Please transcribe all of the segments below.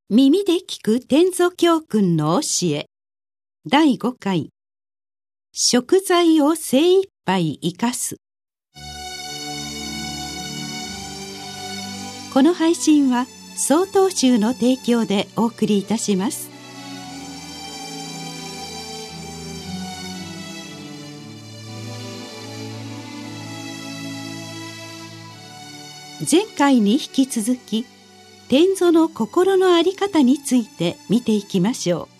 耳で聞く天祖教訓の教え第5回食材を精一杯生かす。この配信は曹洞宗の提供でお送りいたします。前回に引き続き天祖の心の在り方について見ていきましょう。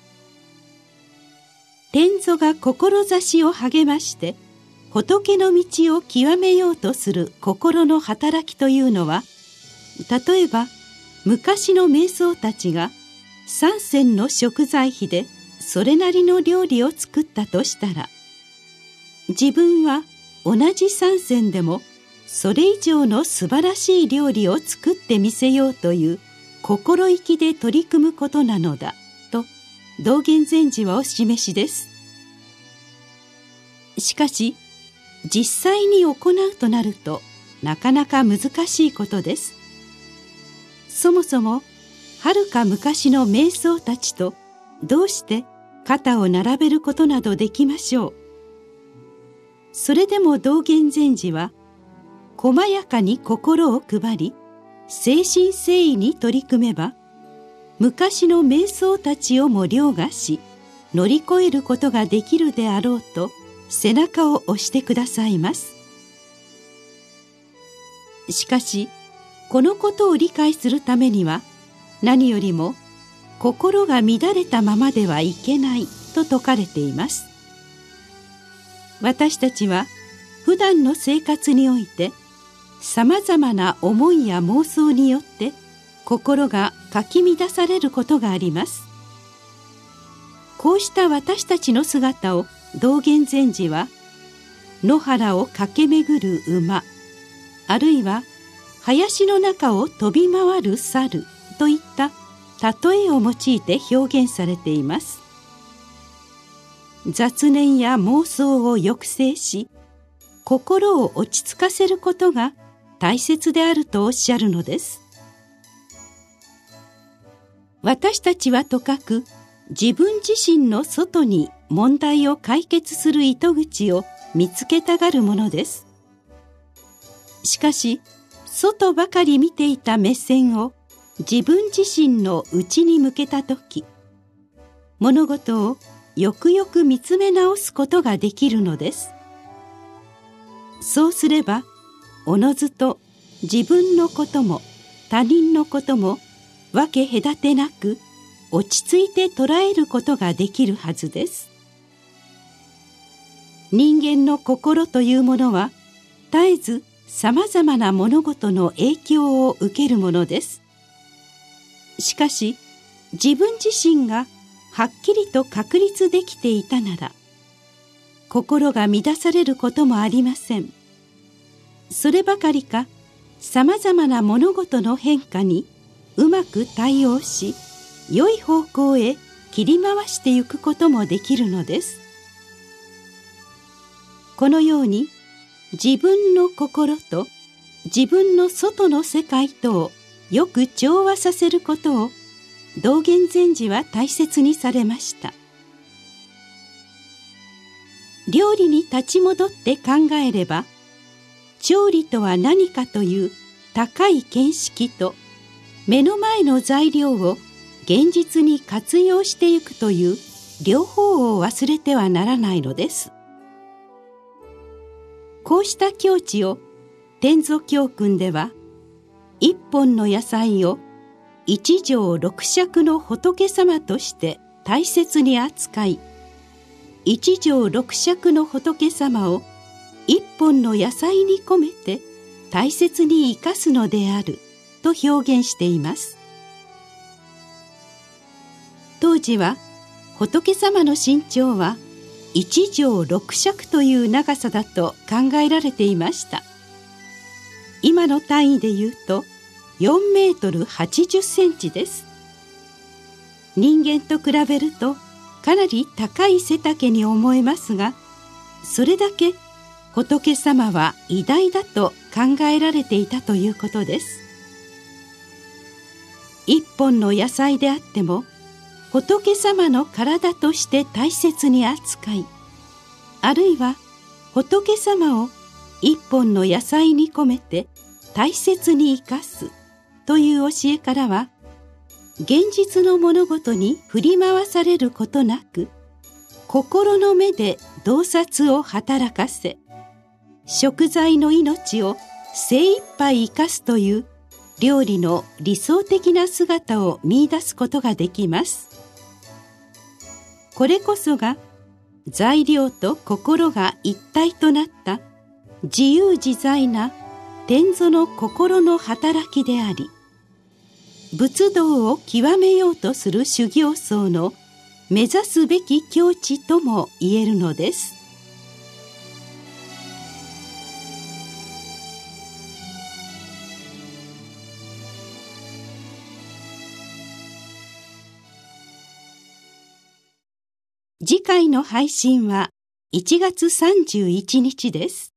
天祖が志を励まして仏の道を極めようとする心の働きというのは、例えば昔の瞑想たちが3銭の食材費でそれなりの料理を作ったとしたら、自分は同じ3銭でもそれ以上の素晴らしい料理を作ってみせようという心意気で取り組むことなのだと道元禅師はお示しです。しかし実際に行うとなるとなかなか難しいことです。そもそもはるか昔の瞑想たちとどうして肩を並べることなどできましょう。それでも道元禅師は細やかに心を配り誠心誠意に取り組めば、昔の瞑想たちをも凌駕し乗り越えることができるであろうと背中を押してくださいます。しかしこのことを理解するためには、何よりも心が乱れたままではいけないと説かれています。私たちは普段の生活においてさまざまな思いや妄想によって心がかき乱されることがあります。こうした私たちの姿を道元禅師は野原を駆け巡る馬、あるいは林の中を飛び回る猿といった例えを用いて表現されています。雑念や妄想を抑制し心を落ち着かせることが大切であるとおっしゃるのです。私たちはとかく自分自身の外に問題を解決する糸口を見つけたがるものです。しかし外ばかり見ていた目線を自分自身の内に向けたとき、物事をよくよく見つめ直すことができるのです。そうすればおのずと自分のことも他人のことも分け隔てなく落ち着いて捉えることができるはずです。人間の心というものは絶えずさまざまな物事の影響を受けるものです。しかし自分自身がはっきりと確立できていたなら心が乱されることもありません。そればかりかさまざまな物事の変化にうまく対応し良い方向へ切り回してゆくこともできるのです。このように自分の心と自分の外の世界とをよく調和させることを道元禅師は大切にされました。料理に立ち戻って考えれば、調理とは何かという高い見識と目の前の材料を現実に活用していくという両方を忘れてはならないのです。こうした境地を天祖教訓では、一本の野菜を一条六尺の仏様として大切に扱い、一条六尺の仏様を一本の野菜に込めて大切に生かすのであると表現しています。当時は仏様の身長は一条六尺という長さだと考えられていました。今の単位で言うと4メートル80センチです。人間と比べるとかなり高い背丈に思えますが、それだけ仏様は偉大だと考えられていたということです。 一本の野菜であっても仏様の体として大切に扱い、あるいは仏様を一本の野菜に込めて大切に生かすという教えからは、現実の物事に振り回されることなく、心の目で洞察を働かせ、食材の命を精一杯生かすという料理の理想的な姿を見出すことができます。これこそが材料と心が一体となった自由自在な天祖の心の働きであり、仏道を極めようとする修行僧の目指すべき境地とも言えるのです。次回の配信は1月31日です。